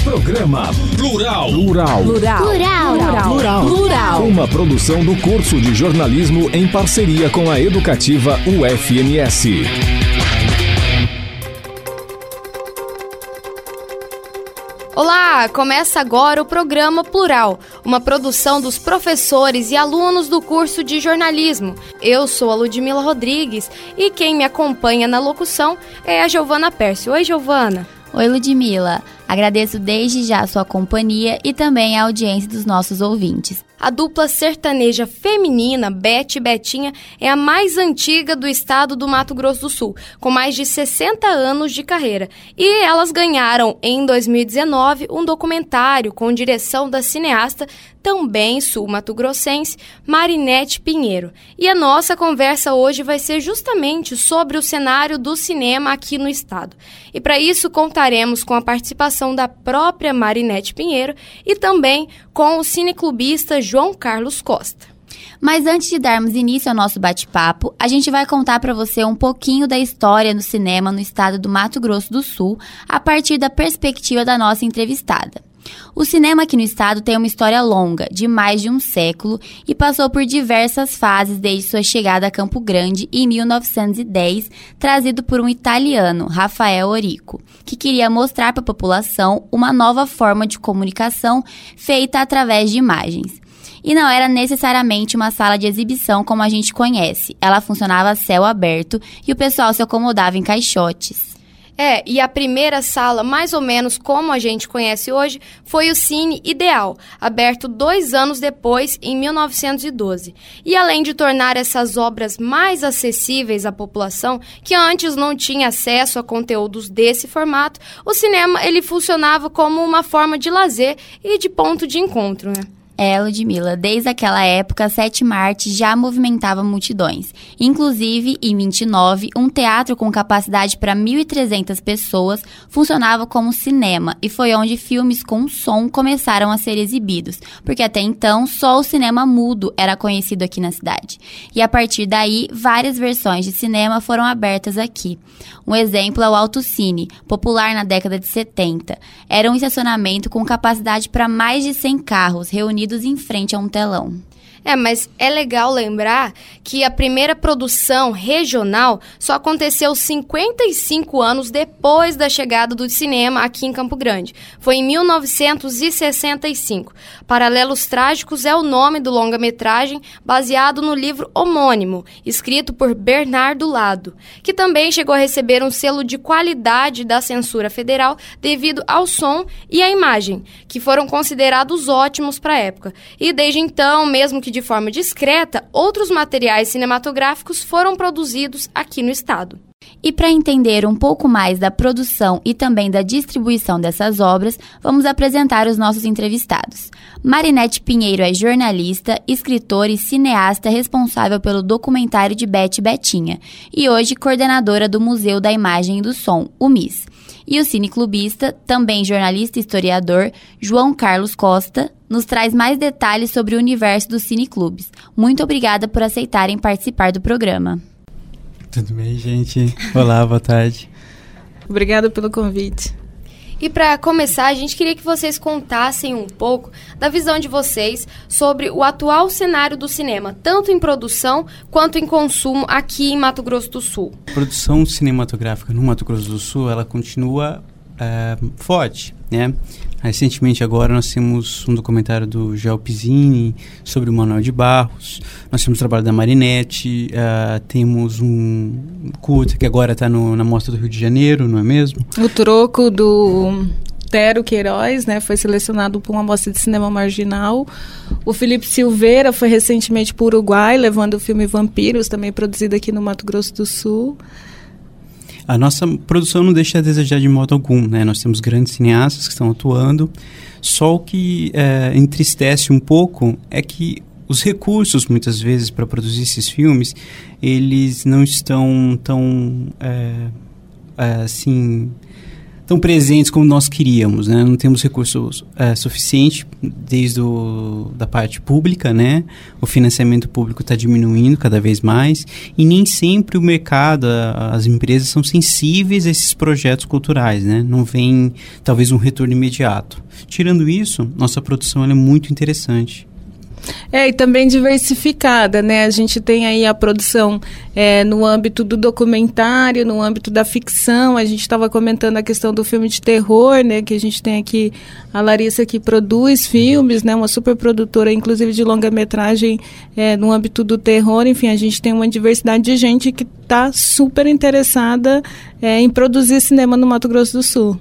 Programa Plural. Uma produção do curso de jornalismo em parceria com a educativa UFMS. Olá, começa agora o programa Plural, uma produção dos professores e alunos do curso de jornalismo. Eu sou a Ludmila Rodrigues e quem me acompanha na locução é a Giovana Pércio. Oi, Giovana. Oi, Ludmila. Agradeço desde já a sua companhia e também a audiência dos nossos ouvintes. A dupla sertaneja feminina Beth e Betinha é a mais antiga do estado do Mato Grosso do Sul, com mais de 60 anos de carreira. E elas ganharam, em 2019, um documentário com direção da cineasta, também sul-mato-grossense, Marinete Pinheiro. E a nossa conversa hoje vai ser justamente sobre o cenário do cinema aqui no estado. E para isso contaremos com a participação da própria Marinete Pinheiro e também com o cineclubista João Carlos Costa. Mas antes de darmos início ao nosso bate-papo, a gente vai contar para você um pouquinho da história no cinema no estado do Mato Grosso do Sul, a partir da perspectiva da nossa entrevistada. O cinema aqui no estado tem uma história longa, de mais de um século, e passou por diversas fases desde sua chegada a Campo Grande em 1910, trazido por um italiano, Rafael Orico, que queria mostrar para a população uma nova forma de comunicação feita através de imagens. E não era necessariamente uma sala de exibição como a gente conhece, ela funcionava a céu aberto e o pessoal se acomodava em caixotes. E a primeira sala, mais ou menos como a gente conhece hoje, foi o Cine Ideal, aberto 2 anos depois, em 1912. E além de tornar essas obras mais acessíveis à população, que antes não tinha acesso a conteúdos desse formato, o cinema ele funcionava como uma forma de lazer e de ponto de encontro, né? Ludmila, desde aquela época, a Sétima Arte já movimentava multidões. Inclusive, em 29, um teatro com capacidade para 1.300 pessoas funcionava como cinema e foi onde filmes com som começaram a ser exibidos, porque até então só o cinema mudo era conhecido aqui na cidade. E a partir daí, várias versões de cinema foram abertas aqui. Um exemplo é o Autocine, popular na década de 70. Era um estacionamento com capacidade para mais de 100 carros reunidos em frente a um telão. Mas é legal lembrar que a primeira produção regional só aconteceu 55 anos depois da chegada do cinema aqui em Campo Grande. Foi em 1965. Paralelos Trágicos é o nome do longa-metragem baseado no livro homônimo, escrito por Bernardo Lado, que também chegou a receber um selo de qualidade da censura federal devido ao som e à imagem, que foram considerados ótimos para a época. E desde então, mesmo que de forma discreta, outros materiais cinematográficos foram produzidos aqui no estado. E para entender um pouco mais da produção e também da distribuição dessas obras, vamos apresentar os nossos entrevistados. Marinete Pinheiro é jornalista, escritora e cineasta responsável pelo documentário de Beth e Betinha e hoje coordenadora do Museu da Imagem e do Som, o MIS. E o cineclubista, também jornalista e historiador, João Carlos Costa, nos traz mais detalhes sobre o universo dos cineclubes. Muito obrigada por aceitarem participar do programa. Tudo bem, gente? Olá, boa tarde. Obrigada pelo convite. E para começar, a gente queria que vocês contassem um pouco da visão de vocês sobre o atual cenário do cinema, tanto em produção quanto em consumo aqui em Mato Grosso do Sul. A produção cinematográfica no Mato Grosso do Sul, ela continua forte, né? Recentemente agora nós temos um documentário do Gel Pizzini sobre o Manuel de Barros, nós temos o trabalho da Marinete, temos um curta que agora está na Mostra do Rio de Janeiro, não é mesmo? O Troco do Tero Queiroz, né, foi selecionado para uma mostra de cinema marginal. O Felipe Silveira foi recentemente para o Uruguai, levando o filme Vampiros, também produzido aqui no Mato Grosso do Sul. A nossa produção não deixa a desejar de modo algum, né? Nós temos grandes cineastas que estão atuando, só o que entristece um pouco é que os recursos, muitas vezes, para produzir esses filmes, eles não estão tão, assim, tão presentes como nós queríamos, né? Não temos recursos suficientes desde da parte pública, né? O financiamento público está diminuindo cada vez mais e nem sempre o mercado, as empresas são sensíveis a esses projetos culturais, né? Não vem, talvez, um retorno imediato. Tirando isso, nossa produção ela é muito interessante. E também diversificada, né? A gente tem aí a produção no âmbito do documentário, no âmbito da ficção. A gente estava comentando a questão do filme de terror, né? Que a gente tem aqui a Larissa que produz filmes, né? Uma super produtora, inclusive de longa-metragem no âmbito do terror. Enfim, a gente tem uma diversidade de gente que está super interessada em produzir cinema no Mato Grosso do Sul.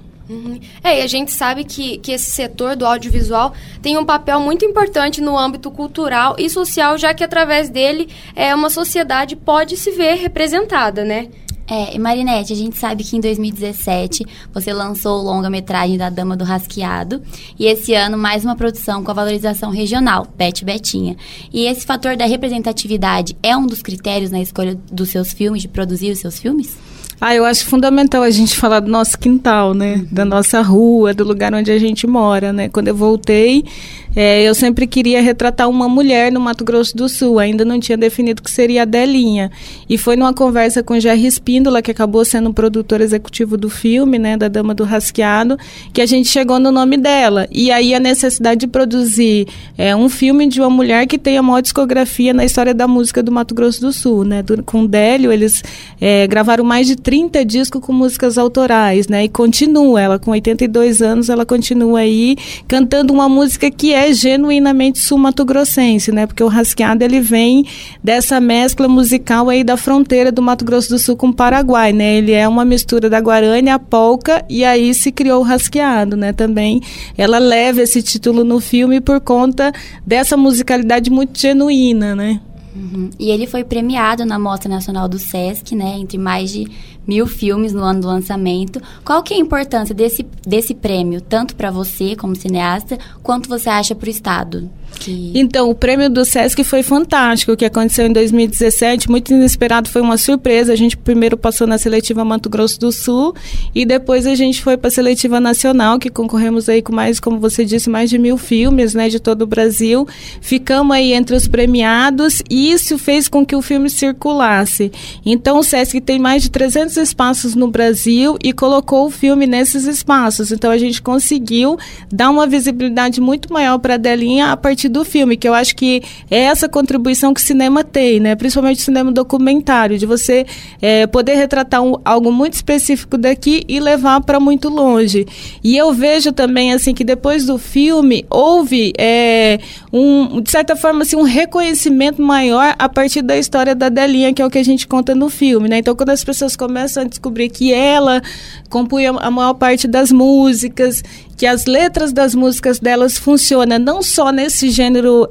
E a gente sabe que esse setor do audiovisual tem um papel muito importante no âmbito cultural e social, já que através dele uma sociedade pode se ver representada, né? Marinete, a gente sabe que em 2017 você lançou o longa-metragem da Dama do Rasqueado e esse ano mais uma produção com a valorização regional, Bete Betinha. E esse fator da representatividade é um dos critérios na escolha dos seus filmes, de produzir os seus filmes? Eu acho fundamental a gente falar do nosso quintal, né? Da nossa rua, do lugar onde a gente mora, né? Quando eu voltei, eu sempre queria retratar uma mulher no Mato Grosso do Sul. Ainda não tinha definido que seria a Delinha. E foi numa conversa com o Jerry Espíndola, que acabou sendo o produtor executivo do filme, né? Da Dama do Rasqueado, que a gente chegou no nome dela. E aí a necessidade de produzir um filme de uma mulher que tem a maior discografia na história da música do Mato Grosso do Sul, né? Com o Délio, eles gravaram mais de 30 discos com músicas autorais, né? E continua, ela com 82 anos, ela continua aí cantando uma música que é genuinamente sul-mato-grossense, né? Porque o Rasqueado, ele vem dessa mescla musical aí da fronteira do Mato Grosso do Sul com o Paraguai, né? Ele é uma mistura da guarânia, a polca, e aí se criou o Rasqueado, né? Também ela leva esse título no filme por conta dessa musicalidade muito genuína, né? E ele foi premiado na Mostra Nacional do Sesc, né, entre mais de 1.000 filmes no ano do lançamento. Qual que é a importância desse prêmio, tanto para você como cineasta, quanto você acha para o Estado? Então, o prêmio do Sesc foi fantástico, o que aconteceu em 2017, muito inesperado, foi uma surpresa. A gente primeiro passou na seletiva Mato Grosso do Sul e depois a gente foi para a seletiva nacional, que concorremos aí com mais, como você disse, mais de 1.000 filmes, né, de todo o Brasil. Ficamos aí entre os premiados e isso fez com que o filme circulasse. Então, o Sesc tem mais de 300 espaços no Brasil e colocou o filme nesses espaços. Então, a gente conseguiu dar uma visibilidade muito maior para a Delinha a partir do filme, que eu acho que é essa contribuição que o cinema tem, né? Principalmente o cinema documentário, de você poder retratar algo muito específico daqui e levar para muito longe. E eu vejo também, assim, que depois do filme houve, de certa forma, assim, um reconhecimento maior a partir da história da Delinha, que é o que a gente conta no filme, né? Então, quando as pessoas começam a descobrir que ela compunha a maior parte das músicas, que as letras das músicas delas funcionam não só nesse gênero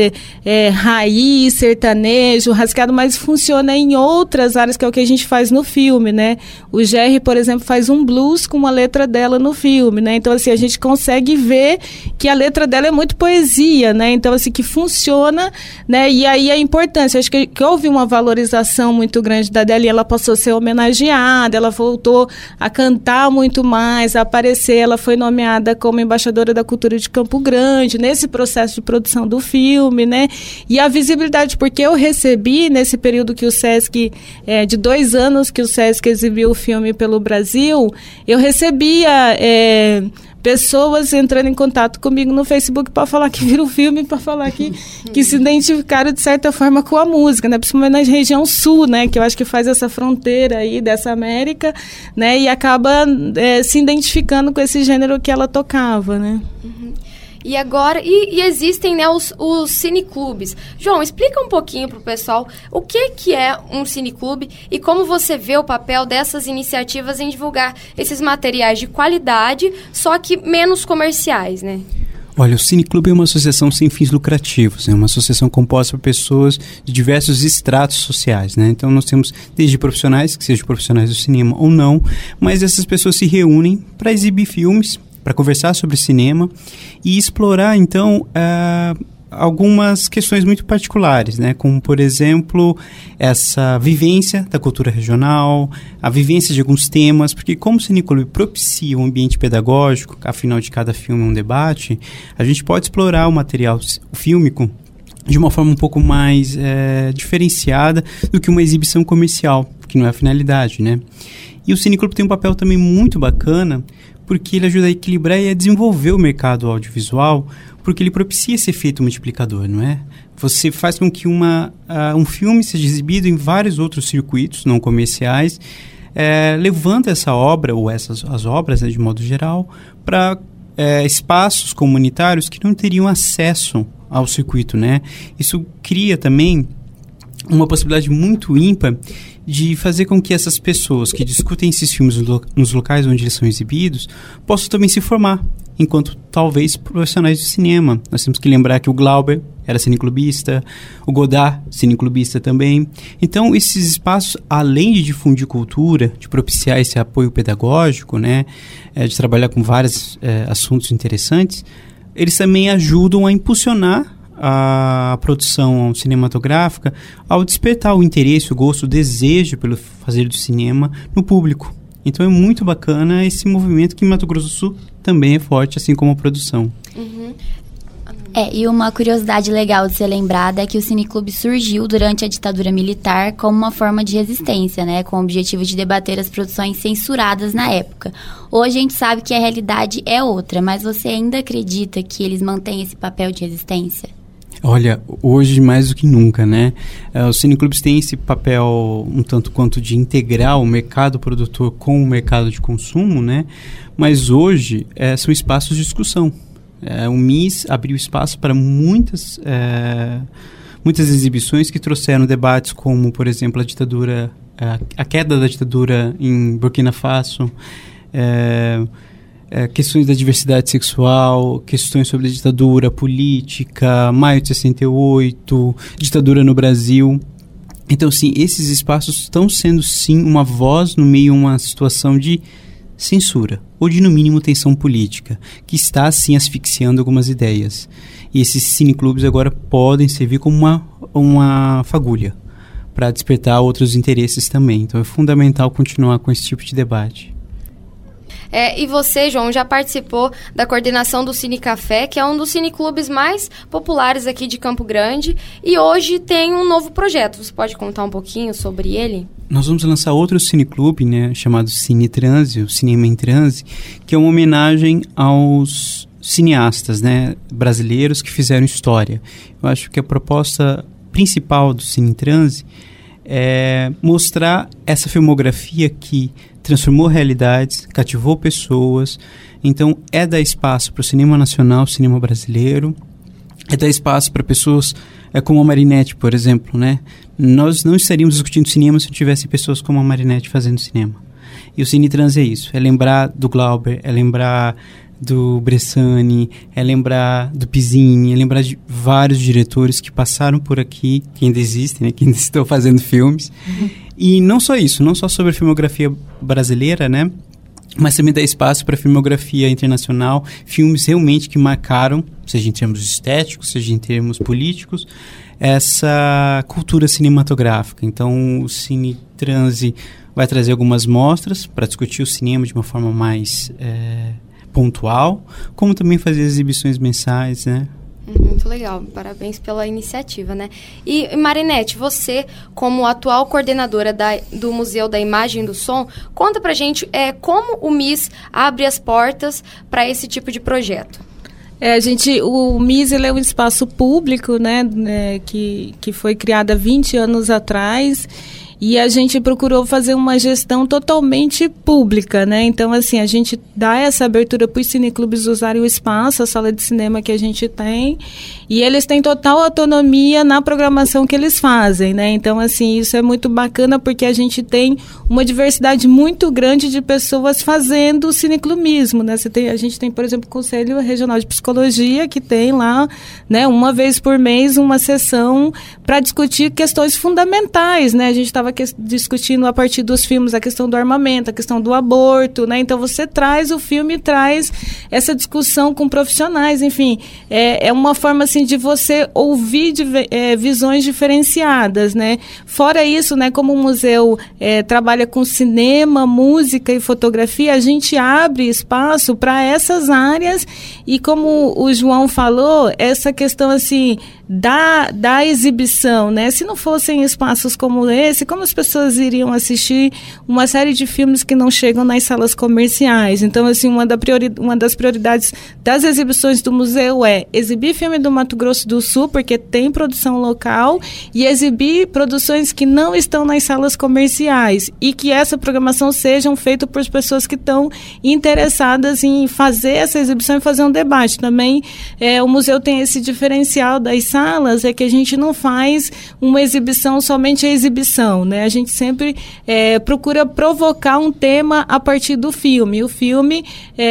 raiz, sertanejo, rasgado, mas funciona em outras áreas, que é o que a gente faz no filme, né? O Jerry, por exemplo, faz um blues com uma letra dela no filme, né? Então, assim, a gente consegue ver que a letra dela é muito poesia, né? Então, assim, que funciona, né? E aí a importância, acho que houve uma valorização muito grande da Delinha, ela passou a ser homenageada, ela voltou a cantar muito mais, a aparecer, ela foi nomeada como embaixadora da cultura de Campo Grande, nesse processo de produção do filme, né? E a visibilidade, porque eu recebi, nesse período que o Sesc, de 2 anos que o Sesc exibiu o filme pelo Brasil, eu recebia pessoas entrando em contato comigo no Facebook para falar que viram o filme, para falar que se identificaram de certa forma com a música, né? Principalmente na região sul, né? Que eu acho que faz essa fronteira aí dessa América, né? E acaba se identificando com esse gênero que ela tocava, né? E agora, e existem, né, os cineclubes. João, explica um pouquinho pro pessoal o que é um cineclube e como você vê o papel dessas iniciativas em divulgar esses materiais de qualidade, só que menos comerciais, né? Olha, o Cineclube é uma associação sem fins lucrativos, é uma associação composta por pessoas de diversos estratos sociais, né? Então nós temos desde profissionais, que sejam profissionais do cinema ou não, mas essas pessoas se reúnem para exibir filmes, para conversar sobre cinema e explorar, então, algumas questões muito particulares, né? Como, por exemplo, essa vivência da cultura regional, a vivência de alguns temas, porque como o Cineclube propicia um ambiente pedagógico, afinal de cada filme é um debate, a gente pode explorar o material fílmico de uma forma um pouco mais diferenciada do que uma exibição comercial, que não é a finalidade, né? E o Cineclube tem um papel também muito bacana, porque ele ajuda a equilibrar e a desenvolver o mercado audiovisual, porque ele propicia esse efeito multiplicador, não é? Você faz com que um filme seja exibido em vários outros circuitos não comerciais, levando essa obra, ou as obras, né, de modo geral, para espaços comunitários que não teriam acesso ao circuito, né? Isso cria também uma possibilidade muito ímpar de fazer com que essas pessoas que discutem esses filmes nos locais onde eles são exibidos possam também se formar enquanto talvez profissionais de cinema. Nós temos que lembrar que o Glauber era cineclubista, o Godard, cineclubista também. Então, esses espaços, além de difundir cultura, de propiciar esse apoio pedagógico, né, de trabalhar com vários assuntos interessantes, eles também ajudam a impulsionar a produção cinematográfica ao despertar o interesse, o gosto, o desejo pelo fazer do cinema no público. Então é muito bacana esse movimento que em Mato Grosso do Sul também é forte, assim como a produção. Uhum. E uma curiosidade legal de ser lembrada é que o Cineclube surgiu durante a ditadura militar como uma forma de resistência, né, com o objetivo de debater as produções censuradas na época. Hoje a gente sabe que a realidade é outra, mas você ainda acredita que eles mantêm esse papel de resistência? Olha, hoje mais do que nunca, né? Os cineclubes têm esse papel um tanto quanto de integrar o mercado produtor com o mercado de consumo, né? Mas hoje são espaços de discussão. O MIS abriu espaço para muitas exibições que trouxeram debates como, por exemplo, a ditadura, a queda da ditadura em Burkina Faso, questões da diversidade sexual, questões sobre a ditadura política, maio de 68, ditadura no Brasil. Então, sim, esses espaços estão sendo, sim, uma voz no meio de uma situação de censura, ou de, no mínimo, tensão política, que está, sim, asfixiando algumas ideias. E esses cineclubes agora podem servir como uma fagulha para despertar outros interesses também. Então, é fundamental continuar com esse tipo de debate. E você, João, já participou da coordenação do Cine Café, que é um dos cineclubes mais populares aqui de Campo Grande, e hoje tem um novo projeto. Você pode contar um pouquinho sobre ele? Nós vamos lançar outro cineclube, né, chamado Cine Transe, o Cinema em Transe, que é uma homenagem aos cineastas, né, brasileiros que fizeram história. Eu acho que a proposta principal do Cine Transe é mostrar essa filmografia que transformou realidades, cativou pessoas. Então, dar espaço para o cinema nacional, o cinema brasileiro, dar espaço para pessoas como a Marinette, por exemplo, né? Nós não estaríamos discutindo cinema se não tivesse pessoas como a Marinette fazendo cinema. E o Cine Trans é isso, é lembrar do Glauber, é lembrar do Bressani, é lembrar do Pizzini, é lembrar de vários diretores que passaram por aqui, que ainda existem, né, que ainda estão fazendo filmes. E não só isso, não só sobre a filmografia brasileira, né, mas também dá espaço para a filmografia internacional, filmes realmente que marcaram, seja em termos estéticos, seja em termos políticos, essa cultura cinematográfica. Então, o Cine Transe vai trazer algumas mostras para discutir o cinema de uma forma mais pontual, como também fazer exibições mensais, né? Muito legal, parabéns pela iniciativa, né? E Marinette, você, como atual coordenadora do Museu da Imagem e do Som, conta pra gente como o MIS abre as portas para esse tipo de projeto. O MIS ele é um espaço público, né, que foi criado há 20 anos atrás. E a gente procurou fazer uma gestão totalmente pública, né? Então, assim, a gente dá essa abertura para os cineclubes usarem o espaço, a sala de cinema que a gente tem, e eles têm total autonomia na programação que eles fazem, né? Então, assim, isso é muito bacana porque a gente tem uma diversidade muito grande de pessoas fazendo cineclubismo, né? A gente tem, por exemplo, o Conselho Regional de Psicologia, que tem lá, né, uma vez por mês, uma sessão para discutir questões fundamentais, né? A gente estava discutindo a partir dos filmes a questão do armamento, a questão do aborto, né? Então você traz o filme, traz essa discussão com profissionais, enfim, é uma forma assim de você ouvir visões diferenciadas, né? Fora isso, né, como o museu trabalha com cinema, música e fotografia, a gente abre espaço para essas áreas e, como o João falou, essa questão assim da exibição, né? Se não fossem espaços como esse, como as pessoas iriam assistir uma série de filmes que não chegam nas salas comerciais? Então, assim, uma das prioridades das exibições do museu é exibir filme do Mato Grosso do Sul, porque tem produção local, e exibir produções que não estão nas salas comerciais, e que essa programação seja feita por pessoas que estão interessadas em fazer essa exibição e fazer um debate. Também o museu tem esse diferencial das salas, é que a gente não faz uma exibição somente a exibição, né? A gente sempre procura provocar um tema a partir do filme. O filme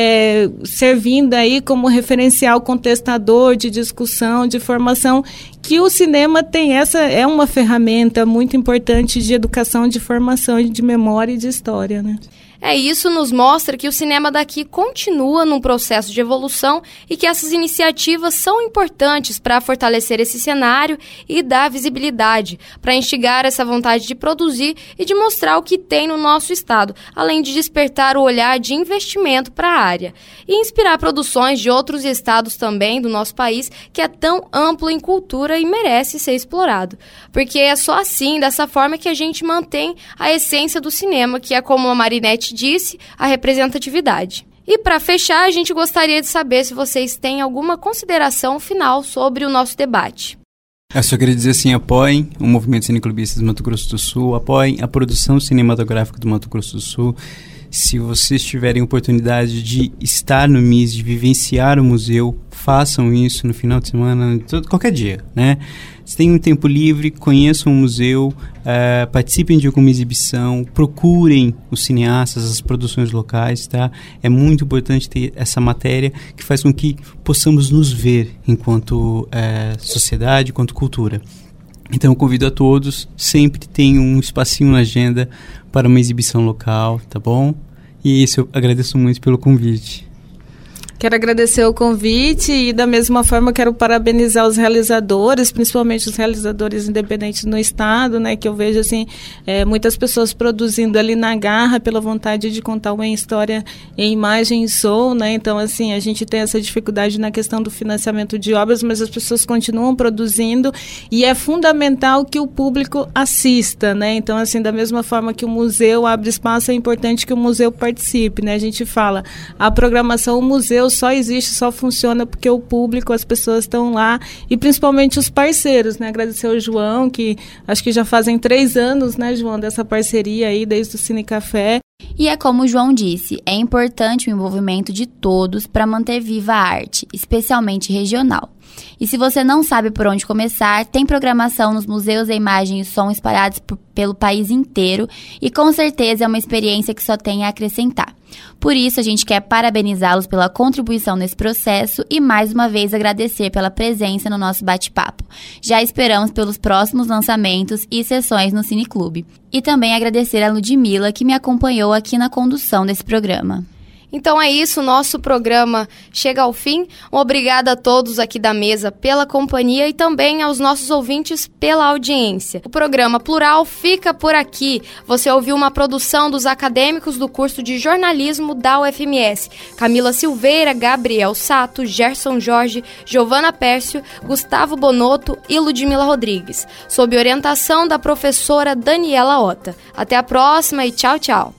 servindo aí como referencial contestador de discussão, de formação, que o cinema tem é uma ferramenta muito importante de educação, de formação, de memória e de história, né? Isso nos mostra que o cinema daqui continua num processo de evolução e que essas iniciativas são importantes para fortalecer esse cenário e dar visibilidade, para instigar essa vontade de produzir e de mostrar o que tem no nosso estado, além de despertar o olhar de investimento para a área e inspirar produções de outros estados também do nosso país, que é tão amplo em cultura e merece ser explorado. Porque é só assim, dessa forma, que a gente mantém a essência do cinema, que é, como a Marinette disse, a representatividade. E para fechar, a gente gostaria de saber se vocês têm alguma consideração final sobre o nosso debate. Eu só queria dizer assim, apoiem o Movimento Cineclubistas do Mato Grosso do Sul, apoiem a produção cinematográfica do Mato Grosso do Sul. Se vocês tiverem oportunidade de estar no MIS, de vivenciar o museu, façam isso no final de semana, qualquer dia, né? Se tem um tempo livre, conheçam o museu, participem de alguma exibição, procurem os cineastas, as produções locais, tá? É muito importante ter essa matéria que faz com que possamos nos ver enquanto sociedade, enquanto cultura. Então eu convido a todos, sempre tenham um espacinho na agenda para uma exibição local, tá bom? E isso, eu agradeço muito pelo convite. Quero agradecer o convite e, da mesma forma, quero parabenizar os realizadores, principalmente os realizadores independentes no estado, né, que eu vejo assim, muitas pessoas produzindo ali na garra pela vontade de contar uma história em imagem e som, né? Então, assim, a gente tem essa dificuldade na questão do financiamento de obras, mas as pessoas continuam produzindo e é fundamental que o público assista, né? Então, assim, da mesma forma que o museu abre espaço, é importante que o museu participe, né? A gente fala, a programação, o museu só existe, só funciona porque o público, as pessoas estão lá, e principalmente os parceiros, né? Agradecer ao João, que acho que já fazem 3 anos, né, João, dessa parceria aí, desde o Cine Café. E é como o João disse, é importante o envolvimento de todos para manter viva a arte, especialmente regional. E se você não sabe por onde começar, tem programação nos museus de imagem e som espalhados pelo país inteiro e com certeza é uma experiência que só tem a acrescentar. Por isso, a gente quer parabenizá-los pela contribuição nesse processo e mais uma vez agradecer pela presença no nosso bate-papo. Já esperamos pelos próximos lançamentos e sessões no Cineclube. E também agradecer a Ludmila, que me acompanhou aqui na condução desse programa. Então é isso, nosso programa chega ao fim. Obrigada a todos aqui da mesa pela companhia e também aos nossos ouvintes pela audiência. O programa Plural fica por aqui. Você ouviu uma produção dos acadêmicos do curso de jornalismo da UFMS. Camila Silveira, Gabriel Sato, Gerson Jorge, Giovana Pércio, Gustavo Bonotto e Ludmila Rodrigues. Sob orientação da professora Daniela Ota. Até a próxima e tchau, tchau.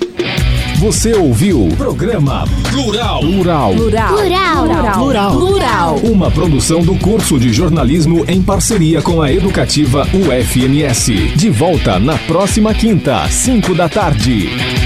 Você ouviu Programa Plural. Uma produção do curso de jornalismo em parceria com a educativa UFMS. De volta na próxima quinta, 5 da tarde.